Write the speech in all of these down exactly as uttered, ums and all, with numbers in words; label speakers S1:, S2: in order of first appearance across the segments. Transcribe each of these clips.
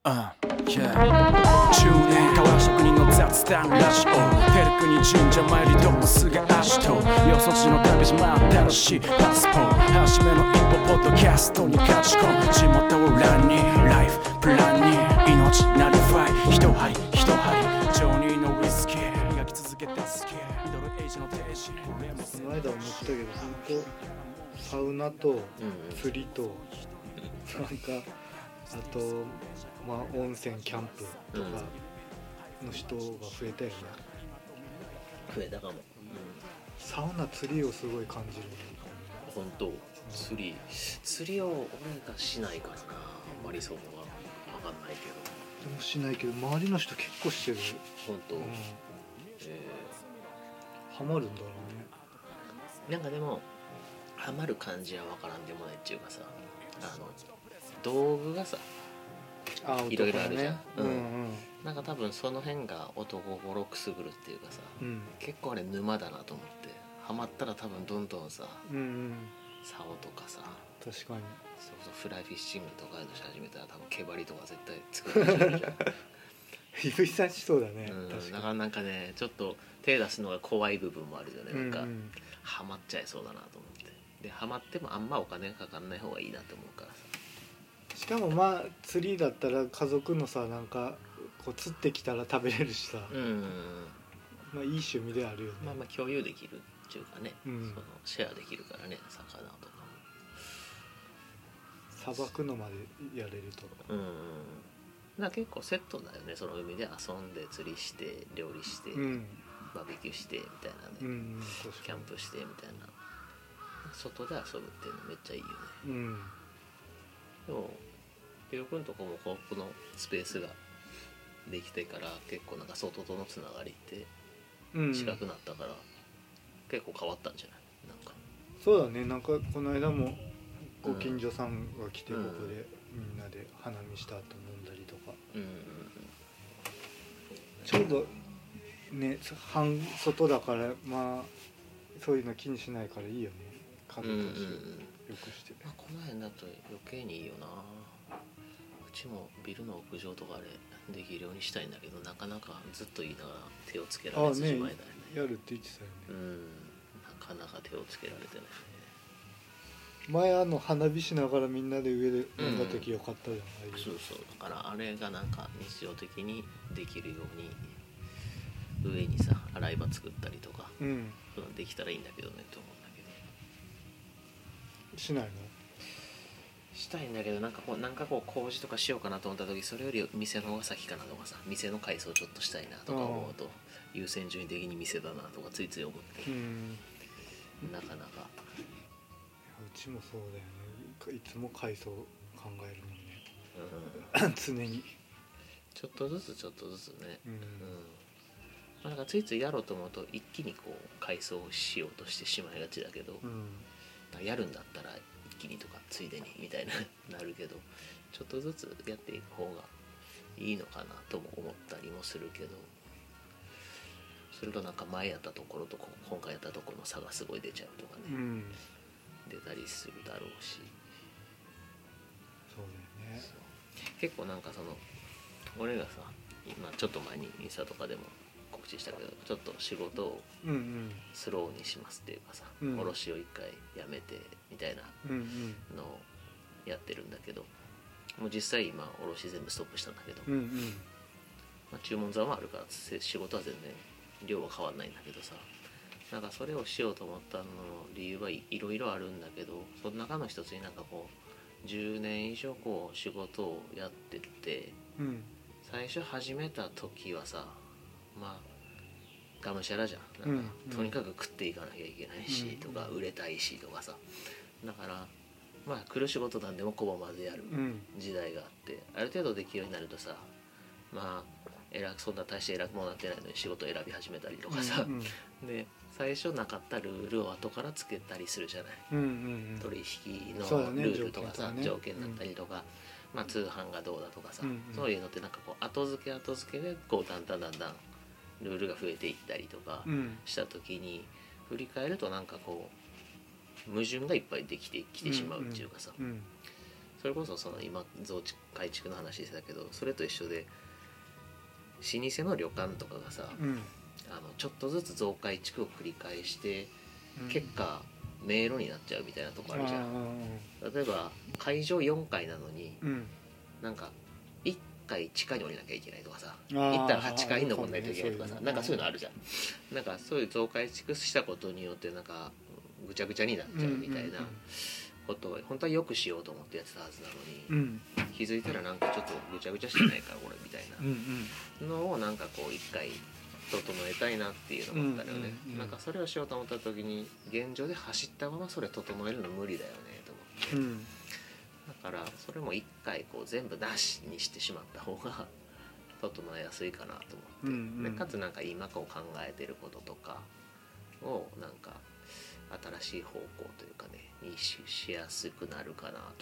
S1: Uh, yeah. じゅうねん変わら職人の雑談ラジオペルクに神社参りどうすぐ足とよそ地の旅路真新しいパスポート初めの一歩ポッドキャストに勝ち込む地元を欄にライフプランに命なりファイ一針一針ジョニーのウイスキー磨き続けたスキーミドルエイジの定時
S2: この間思ったけど本当サウナと釣りと、うん、なんかあと、まあ、温泉キャンプとかの人が増えたよね、
S3: うん、増えたかも、うん、
S2: サウナ釣りをすごい感じるね
S3: 本当、うん、釣り釣りを俺がしないからなあんまりそういうのは分かんないけど
S2: でもしないけど周りの人結構してる
S3: 本当、うん
S2: えー、ハマるんだろ
S3: うねなんかでもハマる感じは分からんでもないっていうかさあの道具がさいろいろあるじゃん、うんうんうん、なんか多分その辺が男心くすぐるっていうかさ、うん、結構あれ沼だなと思ってハマったら多分どんどんさ、うんうん、竿とかさ
S2: 確かに
S3: そうそうフライフィッシングとかのし始めたら多分毛針とか絶対作るじゃん
S2: 指さしそうだね、
S3: うん、確かにだからなんかねちょっと手出すのが怖い部分もあるよねなんか、うんうん、ハマっちゃいそうだなと思ってでハマってもあんまお金かかんない方がいいなと思うからさ
S2: しかもまあ釣りだったら家族のさなんかこう釣ってきたら食べれるしさ、うん、まあいい趣味であるよね
S3: まあまあ共有できるっていうかね、うん、そのシェアできるからね魚とか
S2: さばくのまでやれると
S3: うんだから結構セットだよねその海で遊んで釣りして料理して、うん、バーベキューしてみたいなね、うん、キャンプしてみたいな外で遊ぶっていうのめっちゃいいよね、うん、でもりょうくんとこもこのスペースができてから結構なんか外とのつながりって近くなったから、うん、結構変わったんじゃないなんか
S2: そうだねなんかこの間もご近所さんが来てここでみんなで花見した後飲んだりとか、うん、ちょうどね半外だからまあそういうの気にしないからいいよね風通しよくして、
S3: まあ、この辺だと余計にいいよなうちもビルの屋上とかでできるようにしたいんだけどなかなかずっと言いながら手をつけられずじまいだよね
S2: やるって言ってたよね
S3: うんなかなか手をつけられてないね
S2: 前あの花火しながらみんなで上で飲んだ時よかったじゃない、
S3: うん、そうそうだからあれがなんか日常的にできるように上にさ洗い場作ったりとか、うん、できたらいいんだけどねと思うんだけ
S2: どしないの
S3: したいんだけどなんかこうなんかこう工事とかしようかなと思った時それより店の方が先かなとかさ店の改装ちょっとしたいなとか思うと優先順位的に店だなとかついつい思ってうんなかなか
S2: うちもそうだよねいつも改装考えるもんね、うん、常に
S3: ちょっとずつちょっとずつね、うんうんまあ、なんかついついやろうと思うと一気にこう改装しようとしてしまいがちだけど、うん、やるんだったら一気にとかついでにみたいななるけどちょっとずつやっていく方がいいのかなとも思ったりもするけどそれがなんか前やったところと今回やったところの差がすごい出ちゃうとかね、うん、出たりするだろうし
S2: そうだよね
S3: 結構なんかその俺がさ今ちょっと前にインスタとかでも告知したけどちょっと仕事をスローにしますっていうかさ、うん、卸を一回やめてみたいなのをやってるんだけどもう実際今卸全部ストップしたんだけど、うんうんまあ、注文残はあるから仕事は全然量は変わんないんだけどさなんかそれをしようと思ったのの理由はいろいろあるんだけどその中の一つになんかこうじゅうねん以上こう仕事をやってて、うん、最初始めた時はさまあがむしゃらじゃんなんか、うん、とにかく食っていかなきゃいけないし、うん、とか売れたいしとかさだからまあ来る仕事なんでもこばまでやる時代があって、うん、ある程度できるようになるとさまあ偉そんな大して偉くもなってないのに仕事を選び始めたりとかさ、うんうん、で最初なかったルールを後からつけたりするじゃない、うんうんうん、取引のルールとかさ、ね、条件だったりとか、うんまあ、通販がどうだとかさ、うんうん、そういうのってなんかこう後付け後付けでこうだんだんだんだんルールが増えていったりとかした時に、うん、振り返るとなんかこう矛盾がいっぱいできてきてしまうっていうかさ、うんうんうん、 それこそその今増築改築の話してたけど、それと一緒で老舗の旅館とかがさ、うん、あのちょっとずつ増改築を繰り返して、うん、結果迷路になっちゃうみたいなとこあるじゃん。例えば会場よんかいなのに、うん、なんかいっかい地下に降りなきゃいけないとかさ、行ったらはちかいに登んないといけないとかさ、なんかそういうのあるじゃん。なんかそういう増改築したことによってなんかぐちゃぐちゃになっちゃうみたいなことを本当はよくしようと思ってやってたはずなのに、うん、気づいたらなんかちょっとぐちゃぐちゃしてないから俺みたいなのをなんかこう一回整えたいなっていうのがあったのよね、うんうんうん、なんかそれをしようと思った時に現状で走ったままそれ整えるの無理だよねと思って、うん、だからそれも一回こう全部なしにしてしまった方が整えやすいかなと思って、うんうん、でかつなんか今こう考えてることとかをなんか新しい方向というかねに し, しやすくなるかなと思って、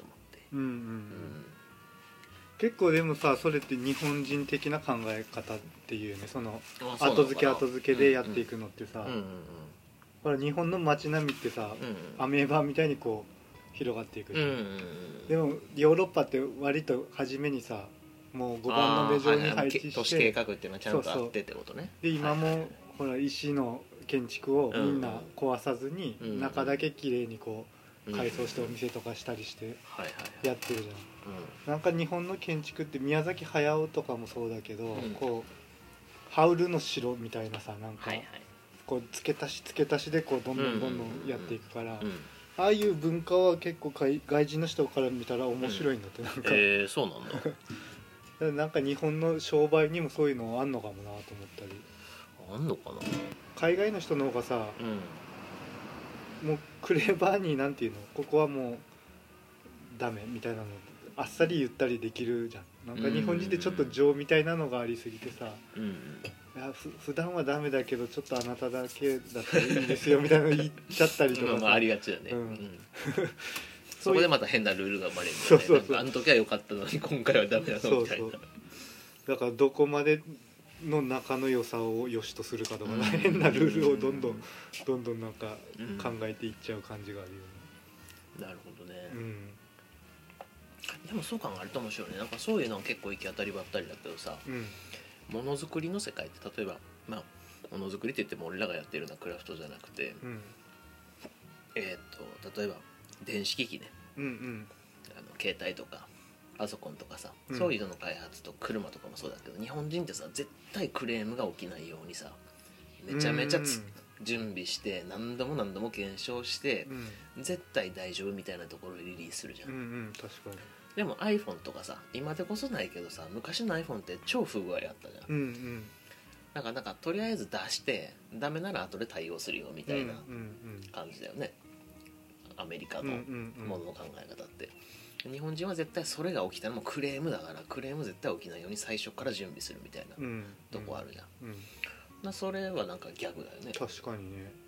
S3: うんうんうん、
S2: 結構でもさそれって日本人的な考え方っていうね、その後付け後付けでやっていくのってさ、うんうんうんうん、ほら日本の街並みってさ、うんうん、アメーバみたいにこう広がっていくじゃん、うんうんうん、でもヨーロッパって割と初めにさもうごばんの目状に配置して、はいはい、
S3: 都市計画っていうのはちゃんとあってってことね。
S2: そうそうで今も、はいはいはい、ほら石の建築をみんな壊さずに中だけ綺麗にこう改装してお店とかしたりしてやってるじゃん。なんか日本の建築って宮崎駿とかもそうだけど、こうハウルの城みたいなさ、なんかこう付け足し付け足しでこうどんどんどんどんやっていくから、ああいう文化は結構外人の人から見たら面白いんだって、なんか、
S3: えー、そうなんだ。
S2: なんか日本の商売にもそういうのあんのかもなと思ったり。
S3: あんのかな。
S2: 海外の人の方がさ、うん、もうクレバーになんていうの、ここはもうダメみたいなのあっさり言ったりできるじゃん。なんか日本人ってちょっと情みたいなのがありすぎてさ、うん、いやふ普段はダメだけどちょっとあなただけだったらいいですよみたいなの言っちゃったりとかさ、
S3: まあ、ありがちだね、うんうん、そこでまた変なルールが生まれるんだよね。そうそうそう、なんかあの時は良かったのに今回はダメなのみたいな。そうそう、
S2: だからどこまでの仲の良さを良しとするかとか、うん、変なルールをどんどんどんどんなんか考えていっちゃう感じがあるよね、
S3: うん、なるほどね、うん、でもそう考えると面白いね。なんかそういうのは結構行き当たりばったりだけどさ、うん、ものづくりの世界って例えばまあものづくりって言っても俺らがやってるようなクラフトじゃなくて、うん、えー、っと例えば電子機器ね、うんうん、あの携帯とかパソコンとかさ、うん、そういうのの開発と車とかもそうだけど、日本人ってさ絶対クレームが起きないようにさめちゃめちゃつ準備して何度も何度も検証して、うん、絶対大丈夫みたいなところでリリースするじゃん、うんうん、
S2: 確かに。
S3: でも iPhone とかさ今でこそないけどさ昔の iPhone って超不具合あったじゃん、うんうん、なんかなんかとりあえず出してダメなら後で対応するよみたいな感じだよね、アメリカのものの考え方って。日本人は絶対それが起きたらもうクレームだからクレーム絶対起きないように最初から準備するみたいなとこあるじゃん、うんうん、それはなんか逆だよね。
S2: 確かにね、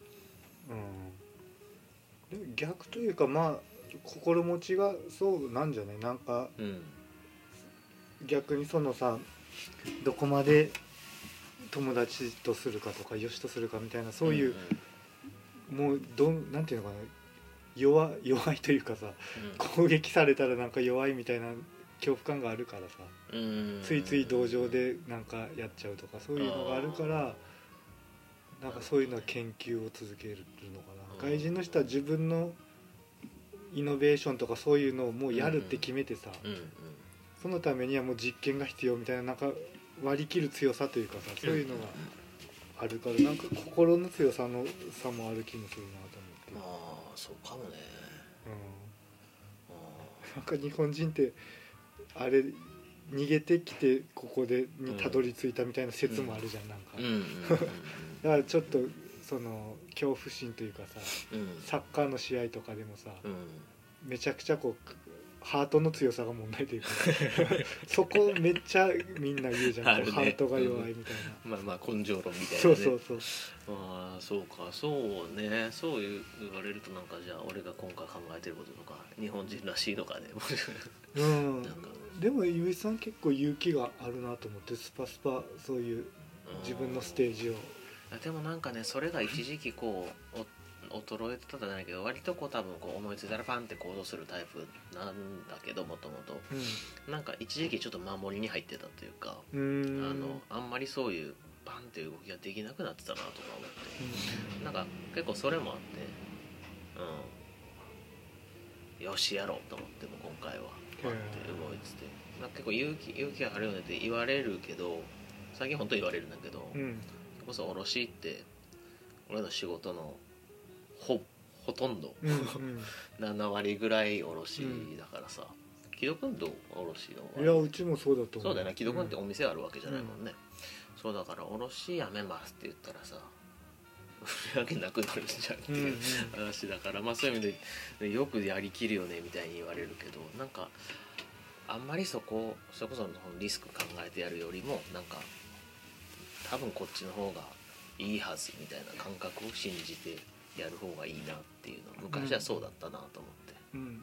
S2: うん、で逆というかまあ心持ちがそうなんじゃない。なんか、うん、逆にそのさどこまで友達とするかとかよしとするかみたいなそういう、うんうん、もうどんなんていうのかな、弱, 弱いというかさ、うん、攻撃されたらなんか弱いみたいな恐怖感があるからさ、うん、ついつい同情でなんかやっちゃうとかそういうのがあるから、なんかそういうのは研究を続けるのかな。外人の人は自分のイノベーションとかそういうのをもうやるって決めてさ、うんうん、そのためにはもう実験が必要みたいな、なんか割り切る強さというかさ、そういうのがあるから、なんか心の強さの差もある気もするなと思って。
S3: ああそうかもね、
S2: うん、なんか日本人ってあれ逃げてきてここでにたどり着いたみたいな説もあるじゃん、なんかだからちょっとその恐怖心というかさ、うん、サッカーの試合とかでもさ、うん、めちゃくちゃこうハートの強さが問題というかそこめっちゃみんな言うじゃん、ね、ハートが弱いみたいな、
S3: うん、まあまあ根性論みたいなね。
S2: そうそうそう、
S3: ああそうか、そうね、そう言われるとなんかじゃあ俺が今回考えてることとか日本人らしいのかね
S2: うんなんかでもゆいさん結構勇気があるなと思って、スパスパそういう自分のステージを。
S3: でもなんかねそれが一時期こう衰えてたじゃないけど割とこう多分こう思いついたらパンって行動するタイプなんだけどもともとなんか一時期ちょっと守りに入ってたというか
S2: うん、
S3: あのあんまりそういうパンっていう動きができなくなってたなとか思って、うん、なんか結構それもあって、うん、よしやろうと思っても今回はパンって動いててなんか結構勇気勇気があるよねって言われるけど最近本当に言われるんだけど、うん、それこそ卸って俺の仕事の ほ, ほとんど、うんうん、なな割ぐらい卸だからさ、うん、木戸君と卸の
S2: いやうちもそうだと思う
S3: そうだよね木戸君ってお店あるわけじゃないもんね、うん、そうだから卸やめますって言ったらさ売り上げなくなるじゃんっていう話だから、まあそういう意味でよくやりきるよねみたいに言われるけどなんかあんまりそこそれこそリスク考えてやるよりもなんか多分こっちの方がいいはずみたいな感覚を信じてやる方がいいなっていうの昔はそうだったなと思って、うんうんうんうん、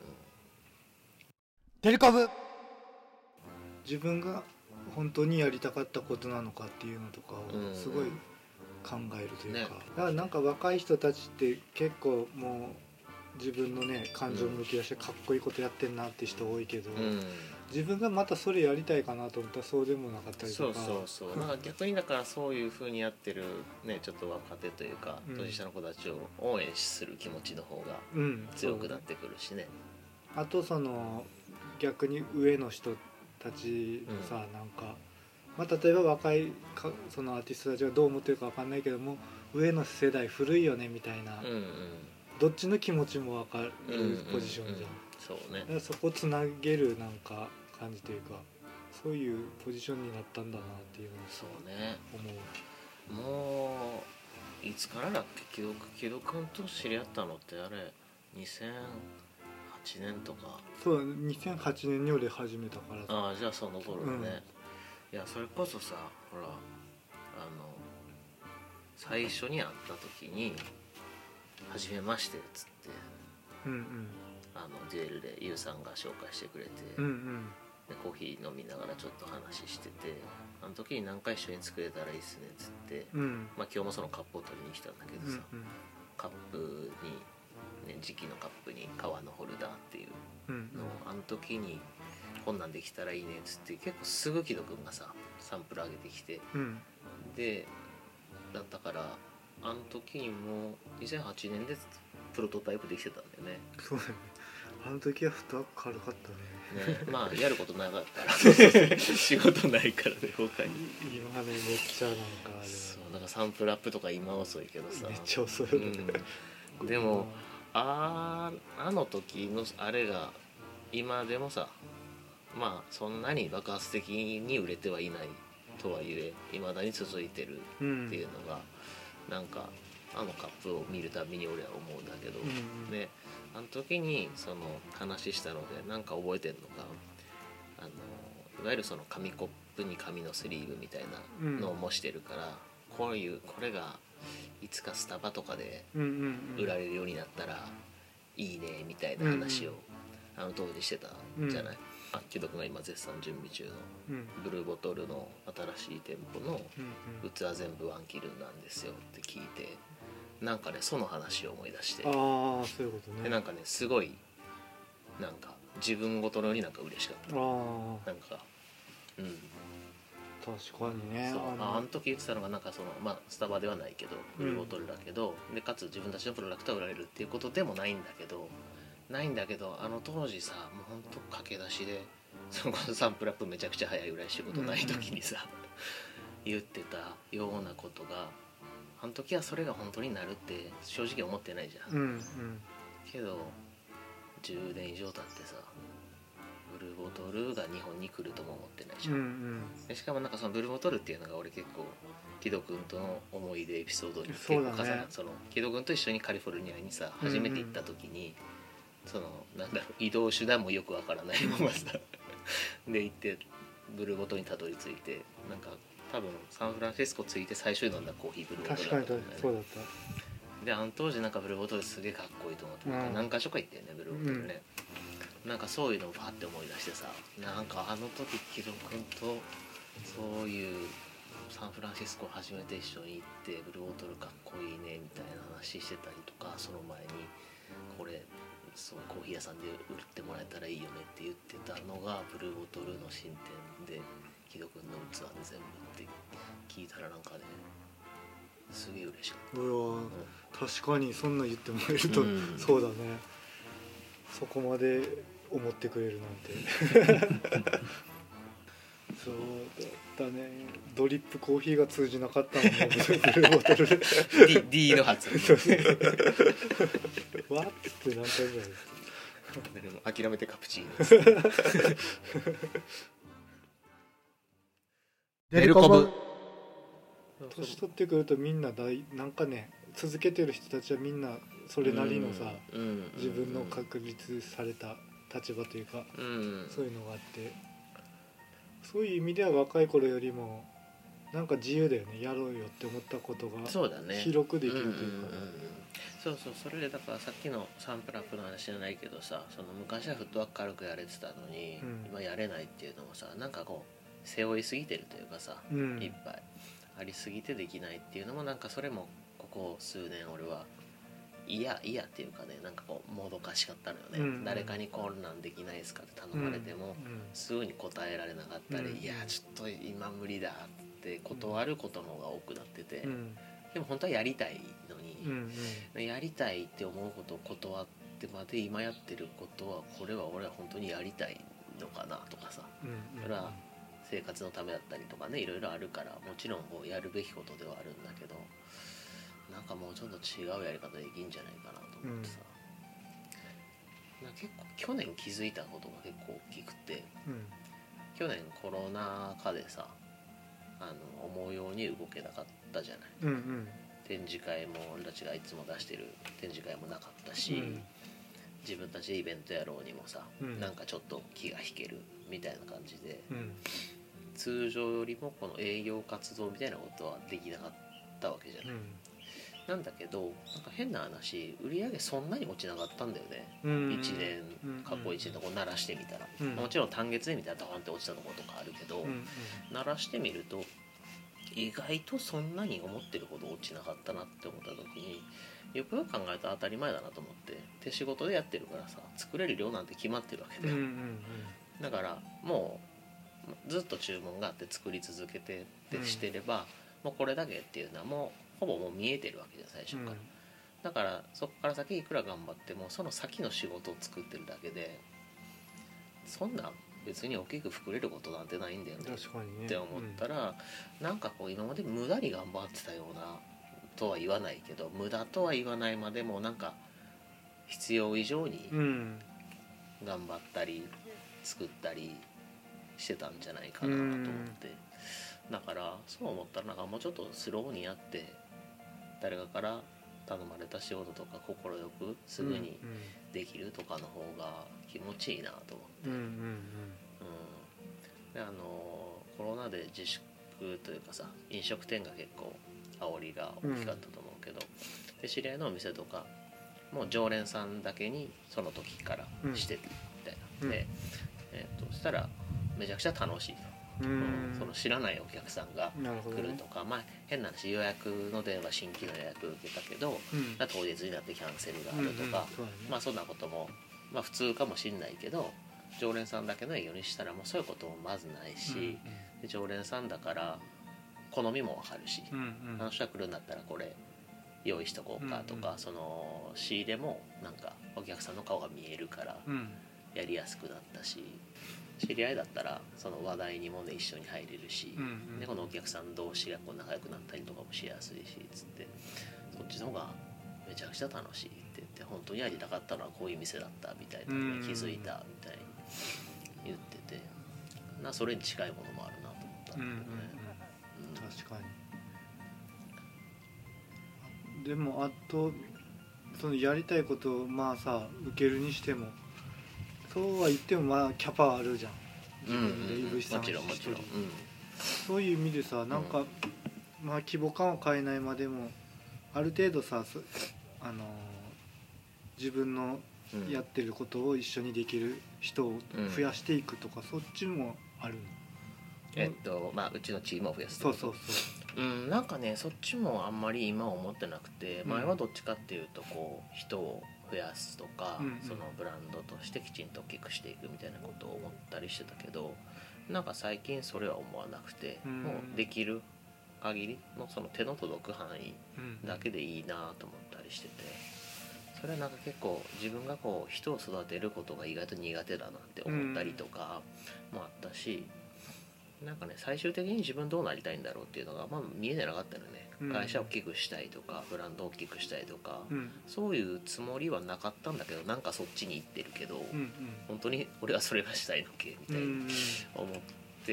S2: テレカブ自分が本当にやりたかったことなのかっていうのとかをすごい考えるというか、ね、だからなんか若い人たちって結構もう自分のね感情むき出してかっこいいことやってんなって人多いけど、うん、自分がまたそれやりたいかなと思ったらそうでもなかったりとか
S3: そうそうそうなんか逆にだからそういう風にやってるねちょっと若手というか年下の子たちを応援する気持ちの方が強くなってくるしね、
S2: うん、あとその逆に上の人たちのさ、うん、なんかまあ、例えば若いかそのアーティストたちがどう思ってるか分かんないけども上の世代古いよねみたいな、うんうん、どっちの気持ちも分かるポジションじゃん、うんうんうん、
S3: そうね、
S2: だからそこつなげるなんか感じというかそういうポジションになったんだなっていうのを
S3: そうね
S2: 思
S3: うもういつからだっけ木戸君と知り合ったのってあれにせんはちねんとか
S2: そうにせんはちねんに俺始めたからさ
S3: ああじゃあその頃ね、うんいやそれこそさほらあの最初に会った時に「はじめまして」っつって、うんうん、あのジェールでユウさんが紹介してくれて、うんうん、でコーヒー飲みながらちょっと話しててあの時に何回一緒に作れたらいいっすねっつって、うんまあ、今日もそのカップを取りに来たんだけどさ、うんうん、カップに、ね、磁器のカップに革のホルダーっていうのを、うんうん、あの時にこんなんできたらいいねっつって結構すぐ木戸くんがさサンプル上げてきて、うん、でだったからあの時にもにせんはちねんでプロトタイプできてたんだよね
S2: そうだねあの時はフットワーク軽かった
S3: ねねまあやることなかったら仕事ないからね他に
S2: 今ねめっちゃなんかあれ
S3: そうなんかサンプルアップとか今遅いけどさ
S2: めっちゃ遅い、
S3: うん、でもああの時のあれが今でもさまあそんなに爆発的に売れてはいないとはいえ未だに続いてるっていうのが、うん、なんかあのカップを見るたびに俺は思うんだけど、うん、であの時にその話したのでなんか覚えてんのがあのいわゆるその紙コップに紙のスリーブみたいなのを模してるから、うん、こういうこれがいつかスタバとかで売られるようになったらいいねみたいな話を、うん、あの当時してたじゃない、うん木戸君が今絶賛準備中のブルーボトルの新しい店舗の器全部ワンキルなんですよって聞いてなんかねその話を思い出して
S2: ああそういうことね
S3: でなんかねすごいなんか自分ごとのようになんか嬉しかったあなんかうん
S2: 確かにね
S3: そうああの時言ってたのがなんかそのまあスタバではないけどブルーボトルだけど、うん、でかつ自分たちのプロダクトが売られるっていうことでもないんだけどないんだけどあの当時さもうほんと駆け出しでそのサンプルアップめちゃくちゃ早いぐらい仕事ない時にさ、うん、言ってたようなことがあの時はそれが本当になるって正直思ってないじゃん、うんうん、けどじゅうねん以上経ってさブルーボトルが日本に来るとも思ってないじゃん、うんうん、でしかもなんかそのブルーボトルっていうのが俺結構木戸君との思い出エピソードに結構重なる、ね、その木戸君と一緒にカリフォルニアにさ初めて行った時に、うんうんそのなんだろう移動手段もよくわからないままさで行ってブルーボトルにたどり着いてなんか多分サンフランシスコ着いて最初に飲んだコーヒーブルーボトルだったんだよね
S2: 確かにそうだった
S3: であの当時なんかブルーボトルすげえかっこいいと思って、うん、何か所か行ってんねブルーボトルね、うん、なんかそういうのをファって思い出してさなんかあの時木戸君とそういうサンフランシスコ初めて一緒に行ってブルーボトルかっこいいねみたいな話してたりとか、その前にこれそうコーヒー屋さんで売ってもらえたらいいよねって言ってたのがブルーボトルの新店で木戸君の器で全部って聞いたらなんかねすげえ嬉しかった。
S2: うわ、うん、確かにそんな言ってもらえると、うん、そうだね、そこまで思ってくれるなんてそうだったね。ドリップコーヒーが通じなかったもんねブルーボトルで
S3: D, D の発音
S2: わっって何回ぐらいです
S3: か諦めてカプチーノです
S2: デルコブ年取ってくるとみんな大なんかね続けてる人たちはみんなそれなりのさ、うんうん、自分の確立された立場というか、うん、そういうのがあって、そういう意味では若い頃よりもなんか自由だよね。やろうよって思ったことが広くできるというか、
S3: そうそう、それでだからさっきのサンプラップの話じゃないけどさ、その昔はフットワーク軽くやれてたのに、うん、今やれないっていうのもさ、なんかこう背負いすぎてるというかさ、うん、いっぱいありすぎてできないっていうのもなんかそれもここ数年俺は嫌嫌っていうかね、なんかこうもどかしかったのよね、うんうん、誰かにこんなんできないですかって頼まれても、うんうん、すぐに答えられなかったり、うんうん、いやちょっと今無理だって断ることの方が多くなってて、うん、でも本当はやりたいのに、うんうん、やりたいって思うことを断ってまで今やってることはこれは俺は本当にやりたいのかなとかさ、うんうん、それは生活のためだったりとかね、いろいろあるからもちろんこうやるべきことではあるんだけど、なんかもうちょっと違うやり方できんじゃないかなと思ってさ、うん、なんか結構去年気づいたことが結構大きくて、うん、去年コロナ禍でさ、あの思うように動けなかったじゃない、うんうん、展示会も俺たちがいつも出してる展示会もなかったし、うん、自分たちでイベントやろうにもさ、うん、なんかちょっと気が引けるみたいな感じで、うん、通常よりもこの営業活動みたいなことはできなかったわけじゃない、うん、なんだけどなんか変な話売り上げそんなに落ちなかったんだよね、うん、いちねん過去いちねんとこう鳴らしてみたら、うん、もちろん単月で見たらドーンって落ちたところとかあるけど、うん、鳴らしてみると意外とそんなに思ってるほど落ちなかったなって思った時に、よくよく考えたら当たり前だなと思って、手仕事でやってるからさ、作れる量なんて決まってるわけだよ、うんうんうん、だからもうずっと注文があって作り続けてってしてれば、うん、もうこれだけっていうのはもうほぼもう見えてるわけじゃん最初から、うん、だからそこから先いくら頑張ってもその先の仕事を作ってるだけで、そんな別に大きく膨れることなんてないんだよねって思ったら、うん、なんかこう今まで無駄に頑張ってたようなとは言わないけど、無駄とは言わないまでもなんか必要以上に頑張ったり作ったりしてたんじゃないかなと思って、うん、だからそう思ったらなんかもうちょっとスローにやって誰かから頼まれた仕事とか快くすぐにできるとかの方が気持ちいいなと思って、うんうんうんうん、であのコロナで自粛というかさ、飲食店が結構煽りが大きかったと思うけど、うん、で知り合いのお店とかもう常連さんだけにその時からしててみたいな、うん、で、えー、とそしたらめちゃくちゃ楽しいと、うん、その知らないお客さんが来るとか、ね、まあ、変な話予約の電話新規の予約受けたけど、うん、当日になってキャンセルがあるとか、うんうん、ね、まあそんなことも、まあ、普通かもしんないけど常連さんだけの営業にしたらもうそういうこともまずないし、うんうん、で常連さんだから好みもわかるし、うんうん、あの人が来るんだったらこれ用意しとこうかとか、うんうん、その仕入れもなんかお客さんの顔が見えるからやりやすくなったし、知り合いだったらその話題にもね一緒に入れるし、うんうん、でこのお客さん同士がこう仲良くなったりとかもしやすいしつって、そっちの方がめちゃくちゃ楽しいって言って、本当にやりたかったのはこういう店だったみたいなのに気づいたみたいに言ってて、なそれに近いものもあるなと思ったんだけどね、うんうんうん、
S2: 確かに。でもあとそのやりたいことをまあさ受けるにしてもそうは言ってもまあキャパあるじゃん、自分でいぶしさん一人、そういう意味でさなんか、うん、まあ規模感を変えないまでもある程度さあの自分のやってることを一緒にできる人を増やしていくとか、うん、そっちもあるの？
S3: えっとまあうちのチームを増やすと。
S2: そうそうそう。
S3: うん、なんかねそっちもあんまり今は思ってなくて、前はどっちかっていうとこう人を増やすとか、うんうん、そのブランドとしてきちんと大きくしていくみたいなことを思ったりしてたけど、なんか最近それは思わなくて、うん、もうできる限りのその手の届く範囲だけでいいなと思ったりしてて、それはなんか結構自分がこう人を育てることが意外と苦手だなって思ったりとかもあったし、なんかね最終的に自分どうなりたいんだろうっていうのがまあ見えてなかったのね。会社を大きくしたいとかブランドを大きくしたいとか、うん、そういうつもりはなかったんだけど、なんかそっちに行ってるけど、うんうん、本当に俺はそれがしたいのけみたいに思って、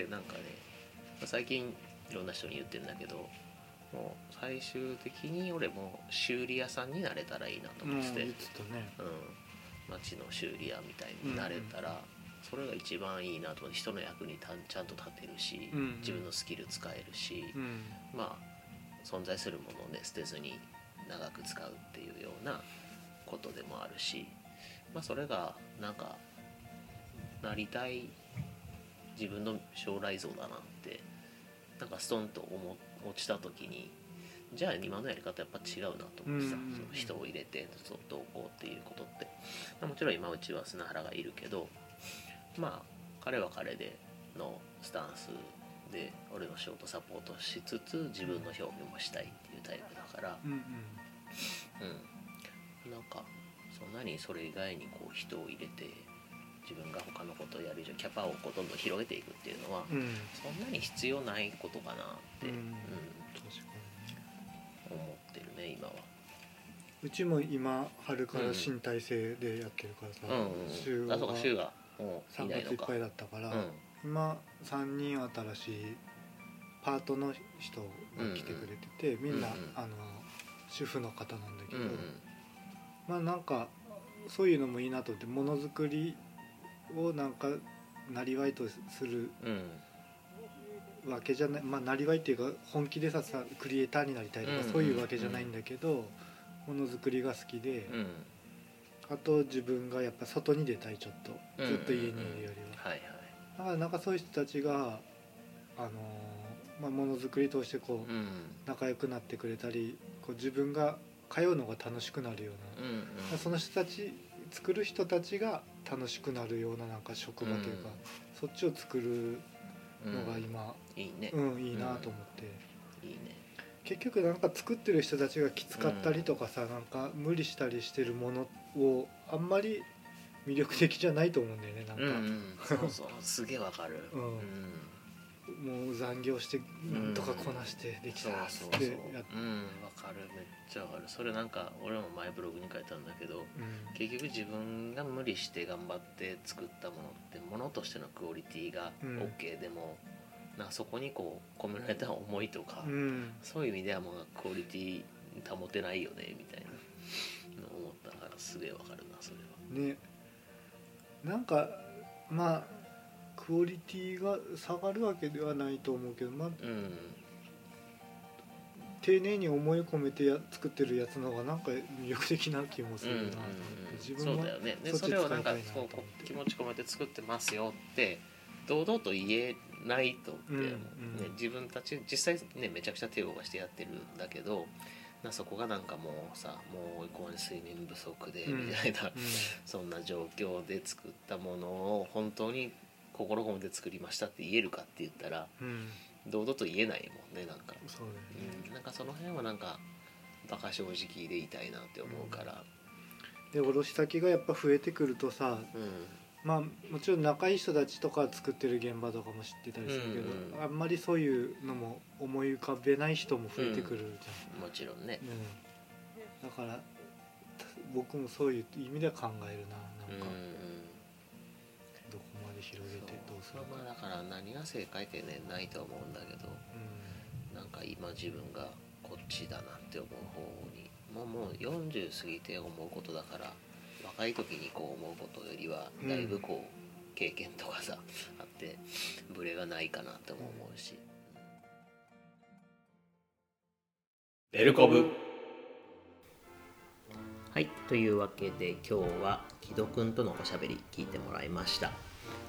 S3: なんかね最近いろんな人に言ってるんだけど、もう最終的に俺も修理屋さんになれたらいいなと思ってて、うん、
S2: 言ってたね、
S3: うん、街の修理屋みたいになれたら、うんうん、それが一番いいなと思って、人の役にちゃんと立てるし、うんうん、自分のスキル使えるし、うん、まあ存在するものをね捨てずに長く使うっていうようなことでもあるし、まあそれがなんかなりたい自分の将来像だなってなんかストンと思落ちた時に、じゃあ今のやり方やっぱ違うなと思ってさ、うんうんうん、その人を入れてそっと置こうっていうことって、まあ、もちろん今うちは砂原がいるけど、まあ彼は彼でのスタンスで俺の仕事サポートしつつ自分の表現もしたいっていうタイプだから、うんうんうん、なんかそんなにそれ以外にこう人を入れて自分が他のことをやる以上キャパをこうどんどん広げていくっていうのは、うん、そんなに必要ないことかなって、うんうん、思ってるね今は。
S2: うちも今春から新体制でやってるからさ、うんうんうん、週がさんがついっぱいだったから、うん、今さんにん新しいパートの人が来てくれてて、うんうん、みんな、うんうん、あの主婦の方なんだけど、うんうん、まあなんかそういうのもいいなと思って、ものづくりをなんかなりわいとするわけじゃない、まあなりわいっていうか本気でさクリエイターになりたいとかそういうわけじゃないんだけど、ものづくりが好きで、うん、あと自分がやっぱ外に出たい、ちょっとずっと家にいるよりは、うんうんうん、はいはい、だからなんかそういう人たちがあのまあものづくり通してこう、うん、仲良くなってくれたり、こう自分が通うのが楽しくなるような、うんうん、その人たち作る人たちが楽しくなるようななんか職場というか、うん、そっちを作るのが今、
S3: うん、いいね、
S2: うん、いいなと思って、
S3: うん、いいね。
S2: 結局なんか作ってる人たちがきつかったりとかさ、うん、なんか無理したりしてるものをあんまり魅力的じゃないと思うんだよね、なんか、うんうん、
S3: そうそうすげえわかる、うん
S2: うん、もう残業してなんとかこなしてできたってやって、そうそうそう、
S3: うん、わかる、めっちゃわかる。それなんか俺も前ブログに書いたんだけど、うん、結局自分が無理して頑張って作ったものってものとしてのクオリティが OK でも、うん、なんかそこにこう込められた思いとか、うん、そういう意味ではもうクオリティ保てないよねみたいなのを思ったからすげえわかるなそれは
S2: ね。なんかまあクオリティが下がるわけではないと思うけど、まあ、うん、丁寧に思い込めてや作ってるやつの方がなんか魅力的な気もするなと思って、うんうんうん、自分もそっち使いたいなと思って、そうだよね。それをなんかこう
S3: 気持ち込めて作ってますよって堂々と言えないとって、うんうんね、自分たち実際ねめちゃくちゃ手を動かしてやってるんだけど、なそこがなんかもうさもうこう睡眠不足でみたいな、うんうん、そんな状況で作ったものを本当に心込めて作りましたって言えるかって言ったら、うん、堂々と言えないもんね。なんか
S2: そうだよね、
S3: うん、なんかその辺はなんかバカ正直でいたいなって思うから、
S2: うん、で卸先がやっぱ増えてくるとさ、うん、まあもちろん仲いい人たちとか作ってる現場とかも知ってたりするけど、うんうん、あんまりそういうのも思い浮かべない人も増えてくるじゃん、
S3: うん、もちろんね、
S2: うん、だから僕もそういう意味では考えるな、なんか、うん広げてどうするか。
S3: まあだから何が正解ってねないと思うんだけど、うん、なんか今自分がこっちだなって思う方にもうもうよんじゅう過ぎて思うことだから、若い時にこう思うことよりはだいぶこう経験とかさ、うん、あってブレがないかなっても思うし、ベルコブ。はい、というわけで今日は木戸くんとのおしゃべり聞いてもらいました。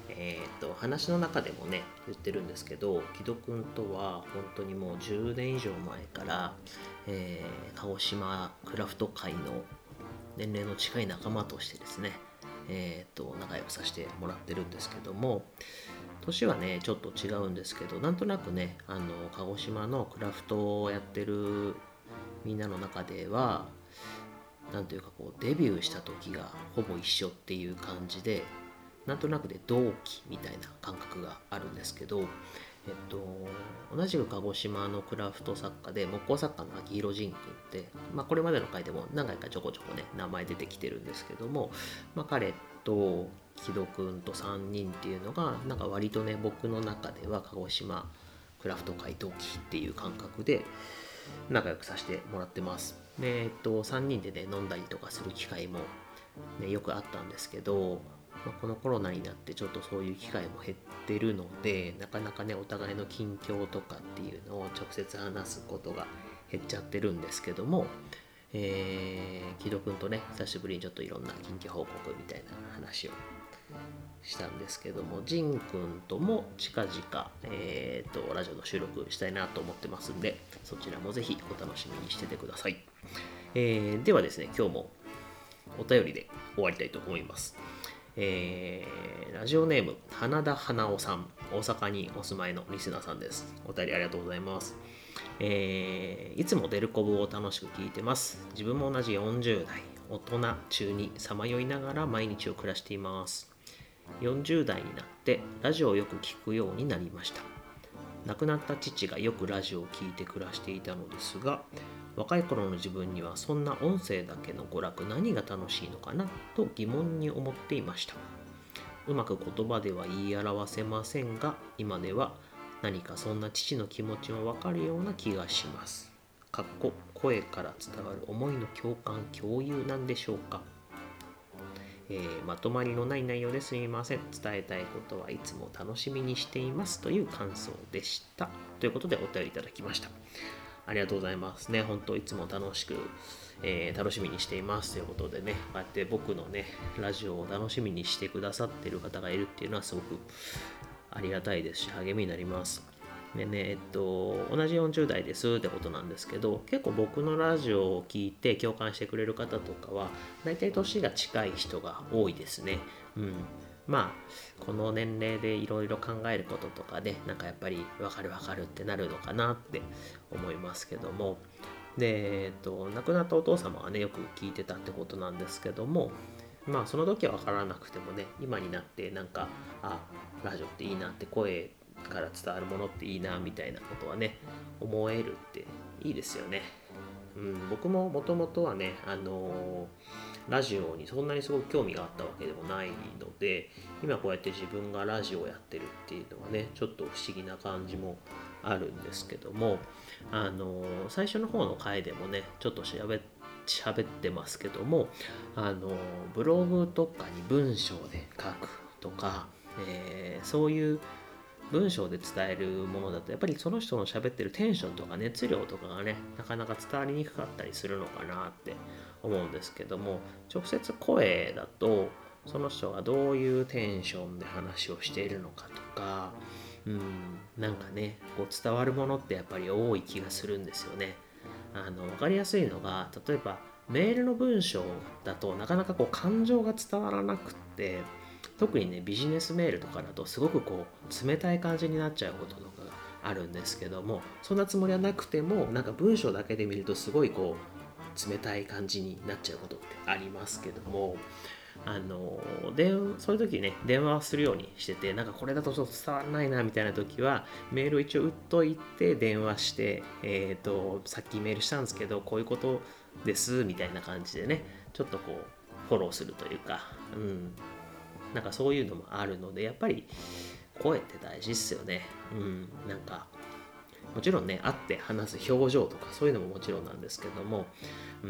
S3: えー、と話の中でもね言ってるんですけど、木戸くんとは本当にもうじゅうねん以上前から、えー、鹿児島クラフト界の年齢の近い仲間としてですね、えー、と仲良くさせてもらってるんですけども、年はねちょっと違うんですけど、なんとなくねあの鹿児島のクラフトをやってるみんなの中ではなんというかこうデビューした時がほぼ一緒っていう感じで、なんとなくで同期みたいな感覚があるんですけど、えっと、同じく鹿児島のクラフト作家で木工作家の秋広仁君って、まあ、これまでの回でも何回かちょこちょこね名前出てきてるんですけども、まあ、彼と木戸君とさんにんっていうのがなんか割とね僕の中では鹿児島クラフト界同期っていう感覚で仲良くさせてもらってます。で、えっと、さんにんでね飲んだりとかする機会も、ね、よくあったんですけど、まあ、このコロナになってちょっとそういう機会も減ってるので、なかなかねお互いの近況とかっていうのを直接話すことが減っちゃってるんですけども、えー、木戸くんとね久しぶりにちょっといろんな近況報告みたいな話をしたんですけども、ジンくんとも近々、えー、とラジオの収録したいなと思ってますんで、そちらもぜひお楽しみにしててください。えー、ではですね、今日もお便りで終わりたいと思います。えー、ラジオネーム花田花尾さん、大阪にお住まいのリスナーさんです。お便りありがとうございます。えー、いつもデルコブを楽しく聞いてます。自分も同じよんじゅう代大人中にさまよいながら毎日を暮らしています。よんじゅう代になってラジオをよく聞くようになりました。亡くなった父がよくラジオを聞いて暮らしていたのですが、若い頃の自分にはそんな音声だけの娯楽何が楽しいのかなと疑問に思っていました。うまく言葉では言い表せませんが、今では何かそんな父の気持ちもわかるような気がします。かっこ声から伝わる思いの共感共有なんでしょうか。えー、まとまりのない内容ですみません。伝えたいことはいつも楽しみにしていますという感想でした。ということでお便りいただきました。ありがとうございますね。本当いつも楽しく、えー、楽しみにしていますということでね、こうやって僕のねラジオを楽しみにしてくださっている方がいるっていうのはすごくありがたいですし励みになります。でね、えっと、同じよんじゅう代ですってことなんですけど、結構僕のラジオを聞いて共感してくれる方とかは大体年が近い人が多いですね。うん、まあこの年齢でいろいろ考えることとかでなんかやっぱり分かる分かるってなるのかなって思いますけども、で、えっと、亡くなったお父様はねよく聞いてたってことなんですけども、まあその時は分からなくてもね今になってなんかあラジオっていいなって、声から伝わるものっていいなみたいなことはね思えるっていいですよね。うん、僕ももともとはねあのー、ラジオにそんなにすごく興味があったわけでもないので、今こうやって自分がラジオをやってるっていうのはねちょっと不思議な感じもあるんですけども、あのー、最初の方の回でもねちょっとしゃべ喋ってますけども、あのー、ブログとかに文章で書くとか、えー、そういう文章で伝えるものだとやっぱりその人の喋ってるテンションとか熱量とかがねなかなか伝わりにくかったりするのかなって思うんですけども、直接声だとその人がどういうテンションで話をしているのかとか、うん、なんかねこう伝わるものってやっぱり多い気がするんですよね。あの分かりやすいのが、例えばメールの文章だとなかなかこう感情が伝わらなくって、特にねビジネスメールとかだとすごくこう冷たい感じになっちゃうこととかがあるんですけども、そんなつもりはなくてもなんか文章だけで見るとすごいこう冷たい感じになっちゃうことってありますけども、あのでそういう時ね電話をするようにしてて、なんかこれだとちょっと伝わらないなみたいな時はメールを一応打っといて電話して、えーとさっきメールしたんですけどこういうことですみたいな感じでねちょっとこうフォローするというか、うんなんかそういうのもあるので、やっぱり声って大事っすよね。うん、なんかもちろんね会って話す表情とかそういうのももちろんなんですけども、うん、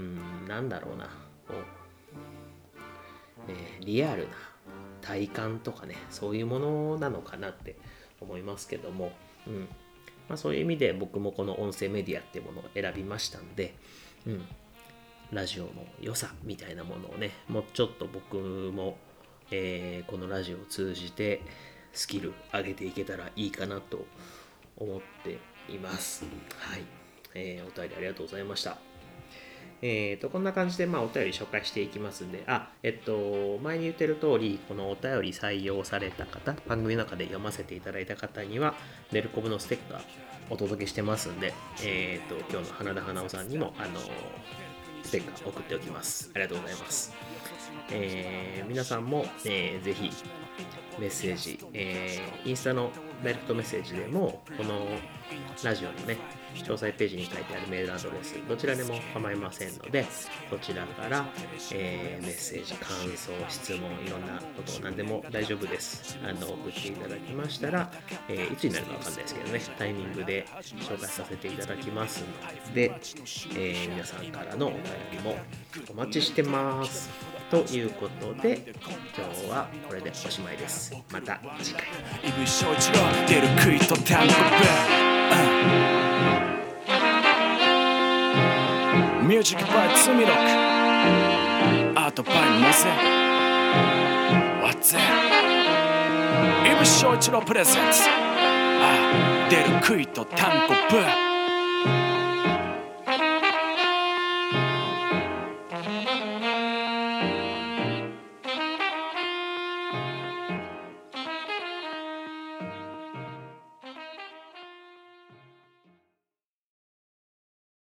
S3: なんだろうな、こう、えー、リアルな体感とかねそういうものなのかなって思いますけども、うんまあ、そういう意味で僕もこの音声メディアっていうものを選びましたんで、うん、ラジオの良さみたいなものをねもうちょっと僕もえー、このラジオを通じてスキル上げていけたらいいかなと思っています。はい、えー、お便りありがとうございました。えーとこんな感じでまあお便り紹介していきますんで、あ、えっと前に言ってる通り、このお便り採用された方、番組の中で読ませていただいた方にはネルコブのステッカーお届けしてますんで、えーと今日の花田花夫さんにもあのステッカー送っておきます。ありがとうございます。えー、皆さんも、えー、ぜひメッセージ、えー、インスタのダイレクトメッセージでもこのラジオのね詳細ページに書いてあるメールアドレスどちらでも構いませんので、そちらから、えー、メッセージ、感想、質問、いろんなこと何でも大丈夫です。あの送っていただきましたら、えー、いつになるかわかんないですけどね、タイミングで紹介させていただきますので、えー、皆さんからのお便りもお待ちしてます。ということで今日はこれでおしまいです。また次回。イブショウチロー出るクイとタンコブミュージックバイツミロックアートバイモゼ What's that イブショウチロープレゼンツ出るクイとタンコブ